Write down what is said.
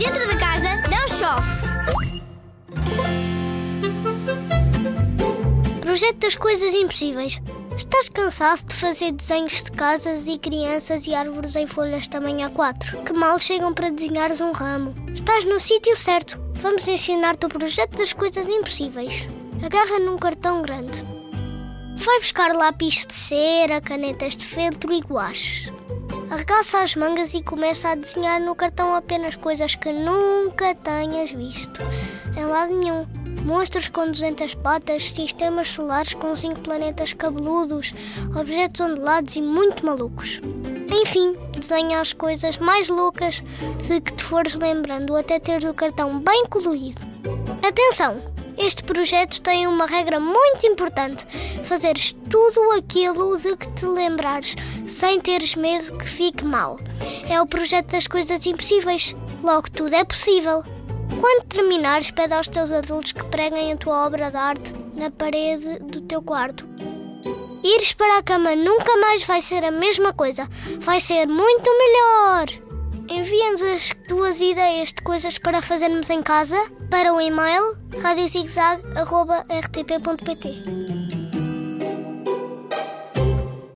Dentro de casa não chove. Projeto das coisas impossíveis. Estás cansado de fazer desenhos de casas e crianças e árvores em folhas tamanho A4 que mal chegam para desenhares um ramo? Estás no sítio certo. Vamos ensinar-te o projeto das coisas impossíveis. Agarra num cartão grande. Vai buscar lápis de cera, canetas de feltro e guache. Arregaça as mangas e começa a desenhar no cartão apenas coisas que nunca tenhas visto em lado nenhum. Monstros com 200 patas, sistemas solares com 5 planetas cabeludos, objetos ondulados e muito malucos. Enfim, desenha as coisas mais loucas de que te fores lembrando até teres o cartão bem colorido. Atenção! Este projeto tem uma regra muito importante: fazeres tudo aquilo de que te lembrares, sem teres medo que fique mal. É o projeto das coisas impossíveis, logo tudo é possível. Quando terminares, pede aos teus adultos que preguem a tua obra de arte na parede do teu quarto. Ires para a cama nunca mais vai ser a mesma coisa, vai ser muito melhor. Envia-nos as tuas ideias de coisas para fazermos em casa para o e-mail radiozigzag@rtp.pt.